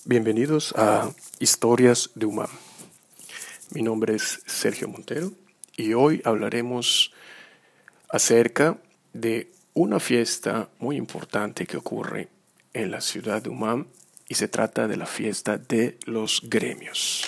Bienvenidos a Historias de UMAM. Mi nombre es Sergio Montero y hoy hablaremos acerca de una fiesta muy importante que ocurre en la ciudad de UMAM y se trata de la fiesta de los gremios.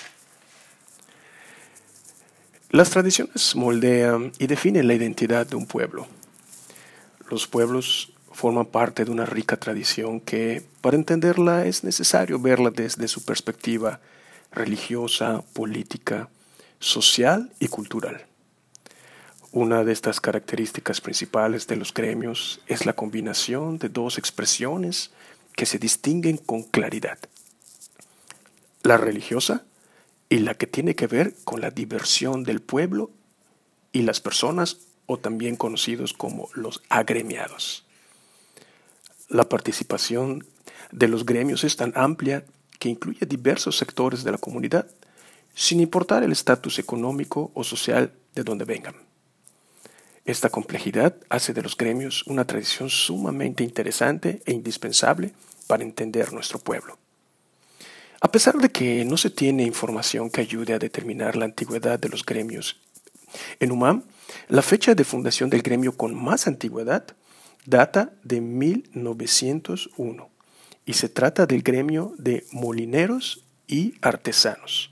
Las tradiciones moldean y definen la identidad de un pueblo. Los pueblos forman parte de una rica tradición que, para entenderla, es necesario verla desde su perspectiva religiosa, política, social y cultural. Una de estas características principales de los gremios es la combinación de dos expresiones que se distinguen con claridad: la religiosa y la que tiene que ver con la diversión del pueblo y las personas, o también conocidos como los agremiados. La participación de los gremios es tan amplia que incluye diversos sectores de la comunidad, sin importar el estatus económico o social de donde vengan. Esta complejidad hace de los gremios una tradición sumamente interesante e indispensable para entender nuestro pueblo. A pesar de que no se tiene información que ayude a determinar la antigüedad de los gremios, en UMAM, la fecha de fundación del gremio con más antigüedad data de 1901 y se trata del gremio de molineros y artesanos.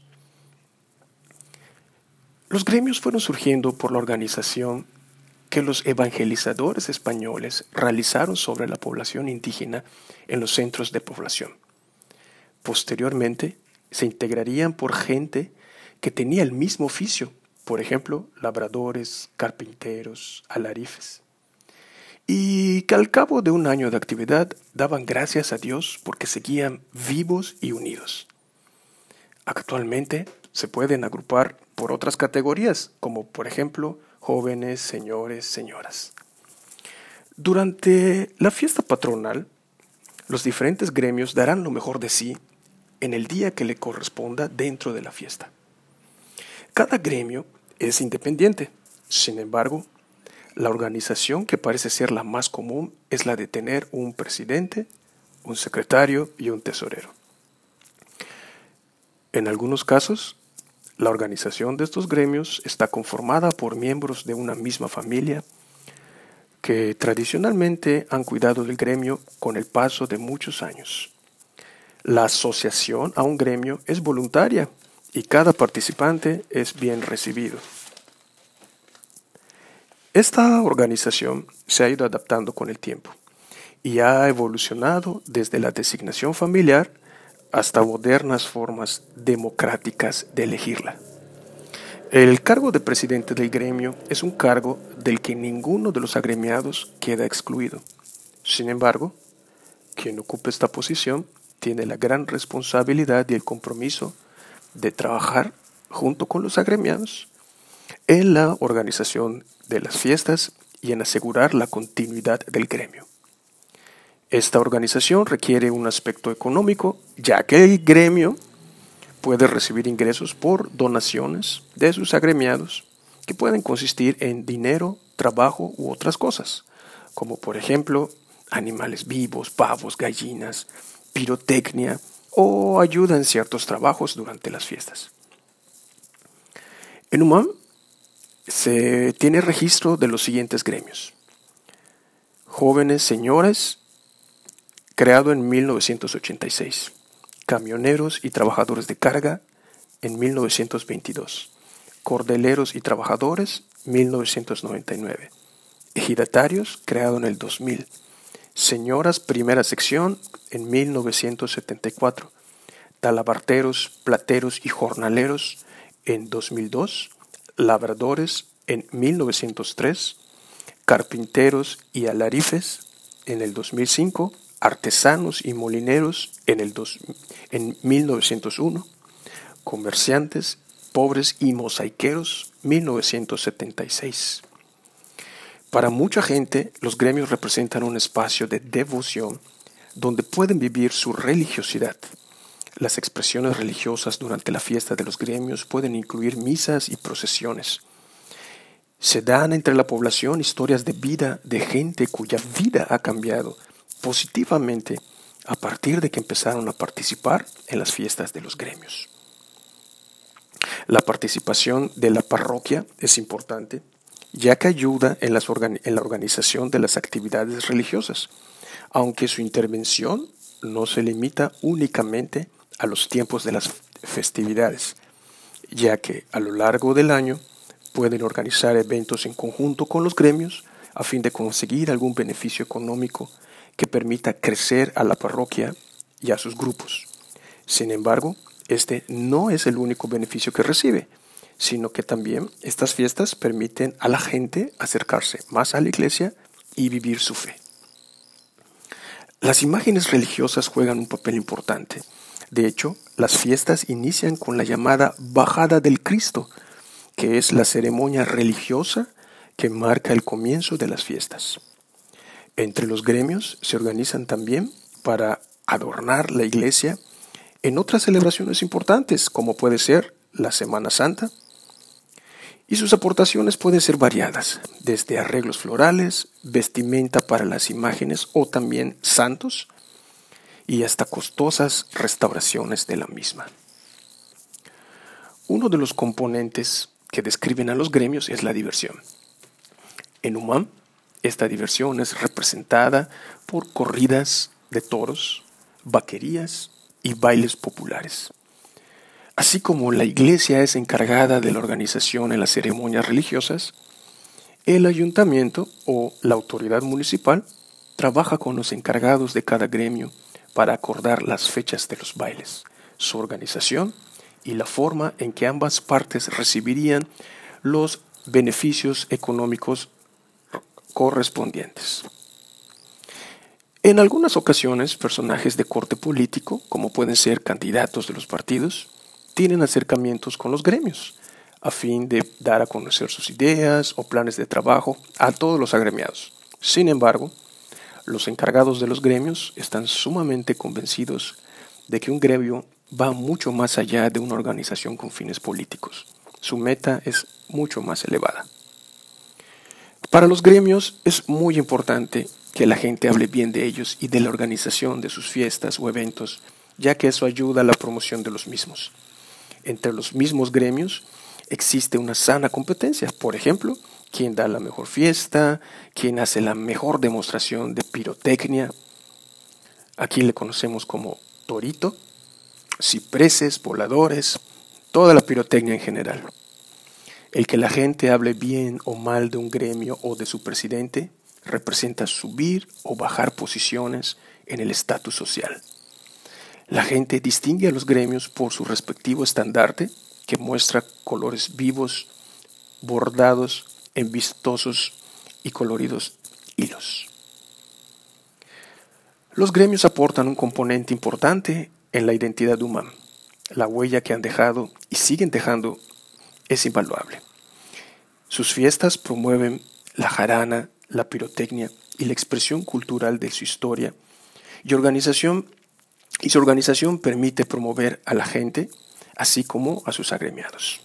Los gremios fueron surgiendo por la organización que los evangelizadores españoles realizaron sobre la población indígena en los centros de población. Posteriormente, se integrarían por gente que tenía el mismo oficio, por ejemplo, labradores, carpinteros, alarifes, y que al cabo de un año de actividad daban gracias a Dios porque seguían vivos y unidos. Actualmente se pueden agrupar por otras categorías, como por ejemplo jóvenes, señores, señoras. Durante la fiesta patronal, los diferentes gremios darán lo mejor de sí en el día que le corresponda dentro de la fiesta. Cada gremio es independiente, sin embargo, la organización que parece ser la más común es la de tener un presidente, un secretario y un tesorero. En algunos casos, la organización de estos gremios está conformada por miembros de una misma familia que tradicionalmente han cuidado del gremio con el paso de muchos años. La asociación a un gremio es voluntaria y cada participante es bien recibido. Esta organización se ha ido adaptando con el tiempo y ha evolucionado desde la designación familiar hasta modernas formas democráticas de elegirla. El cargo de presidente del gremio es un cargo del que ninguno de los agremiados queda excluido. Sin embargo, quien ocupe esta posición tiene la gran responsabilidad y el compromiso de trabajar junto con los agremiados en la organización de las fiestas y en asegurar la continuidad del gremio. Esta organización requiere un aspecto económico, ya que el gremio puede recibir ingresos por donaciones de sus agremiados, que pueden consistir en dinero, trabajo u otras cosas, como por ejemplo animales vivos, pavos, gallinas, pirotecnia o ayuda en ciertos trabajos durante las fiestas. En UMAM se tiene registro de los siguientes gremios: Jóvenes Señores, creado en 1986, Camioneros y Trabajadores de Carga en 1922, Cordeleros y Trabajadores 1999, Ejidatarios, creado en el 2000, Señoras Primera Sección en 1974, Talabarteros, Plateros y Jornaleros en 2002, Labradores en 1903, Carpinteros y Alarifes en el 2005, Artesanos y Molineros en 1901, Comerciantes, Pobres y Mosaiqueros 1976. Para mucha gente, los gremios representan un espacio de devoción donde pueden vivir su religiosidad. Las expresiones religiosas durante la fiesta de los gremios pueden incluir misas y procesiones. Se dan entre la población historias de vida de gente cuya vida ha cambiado positivamente a partir de que empezaron a participar en las fiestas de los gremios. La participación de la parroquia es importante, ya que ayuda en la organización de las actividades religiosas, aunque su intervención no se limita únicamente a los tiempos de las festividades, ya que a lo largo del año pueden organizar eventos en conjunto con los gremios a fin de conseguir algún beneficio económico que permita crecer a la parroquia y a sus grupos. Sin embargo, este no es el único beneficio que recibe, sino que también estas fiestas permiten a la gente acercarse más a la iglesia y vivir su fe. Las imágenes religiosas juegan un papel importante. De hecho, las fiestas inician con la llamada Bajada del Cristo, que es la ceremonia religiosa que marca el comienzo de las fiestas. Entre los gremios se organizan también para adornar la iglesia en otras celebraciones importantes, como puede ser la Semana Santa, y sus aportaciones pueden ser variadas, desde arreglos florales, vestimenta para las imágenes o también santos, y hasta costosas restauraciones de la misma. Uno de los componentes que describen a los gremios es la diversión. En Umam, esta diversión es representada por corridas de toros, vaquerías y bailes populares. Así como la iglesia es encargada de la organización en las ceremonias religiosas, el ayuntamiento o la autoridad municipal trabaja con los encargados de cada gremio para acordar las fechas de los bailes, su organización y la forma en que ambas partes recibirían los beneficios económicos correspondientes. En algunas ocasiones, personajes de corte político, como pueden ser candidatos de los partidos, tienen acercamientos con los gremios, a fin de dar a conocer sus ideas o planes de trabajo a todos los agremiados. Sin embargo, los encargados de los gremios están sumamente convencidos de que un gremio va mucho más allá de una organización con fines políticos. Su meta es mucho más elevada. Para los gremios es muy importante que la gente hable bien de ellos y de la organización de sus fiestas o eventos, ya que eso ayuda a la promoción de los mismos. Entre los mismos gremios existe una sana competencia. Por ejemplo, quién da la mejor fiesta, quién hace la mejor demostración de pirotecnia. Aquí le conocemos como torito, cipreses, voladores, toda la pirotecnia en general. El que la gente hable bien o mal de un gremio o de su presidente representa subir o bajar posiciones en el estatus social. La gente distingue a los gremios por su respectivo estandarte, que muestra colores vivos, bordados en vistosos y coloridos hilos. Los gremios aportan un componente importante en la identidad humana. La huella que han dejado y siguen dejando es invaluable. Sus fiestas promueven la jarana, la pirotecnia y la expresión cultural de su historia y su organización permite promover a la gente, así como a sus agremiados.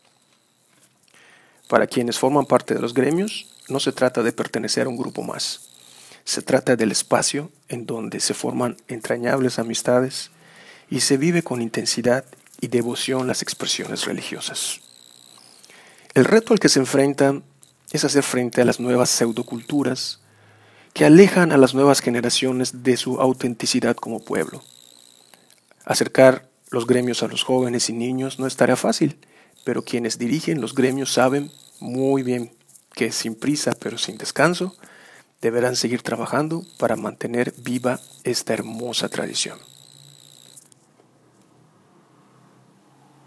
Para quienes forman parte de los gremios, no se trata de pertenecer a un grupo más. Se trata del espacio en donde se forman entrañables amistades y se vive con intensidad y devoción las expresiones religiosas. El reto al que se enfrentan es hacer frente a las nuevas pseudoculturas que alejan a las nuevas generaciones de su autenticidad como pueblo. Acercar los gremios a los jóvenes y niños no es tarea fácil, pero quienes dirigen los gremios saben muy bien que sin prisa pero sin descanso deberán seguir trabajando para mantener viva esta hermosa tradición.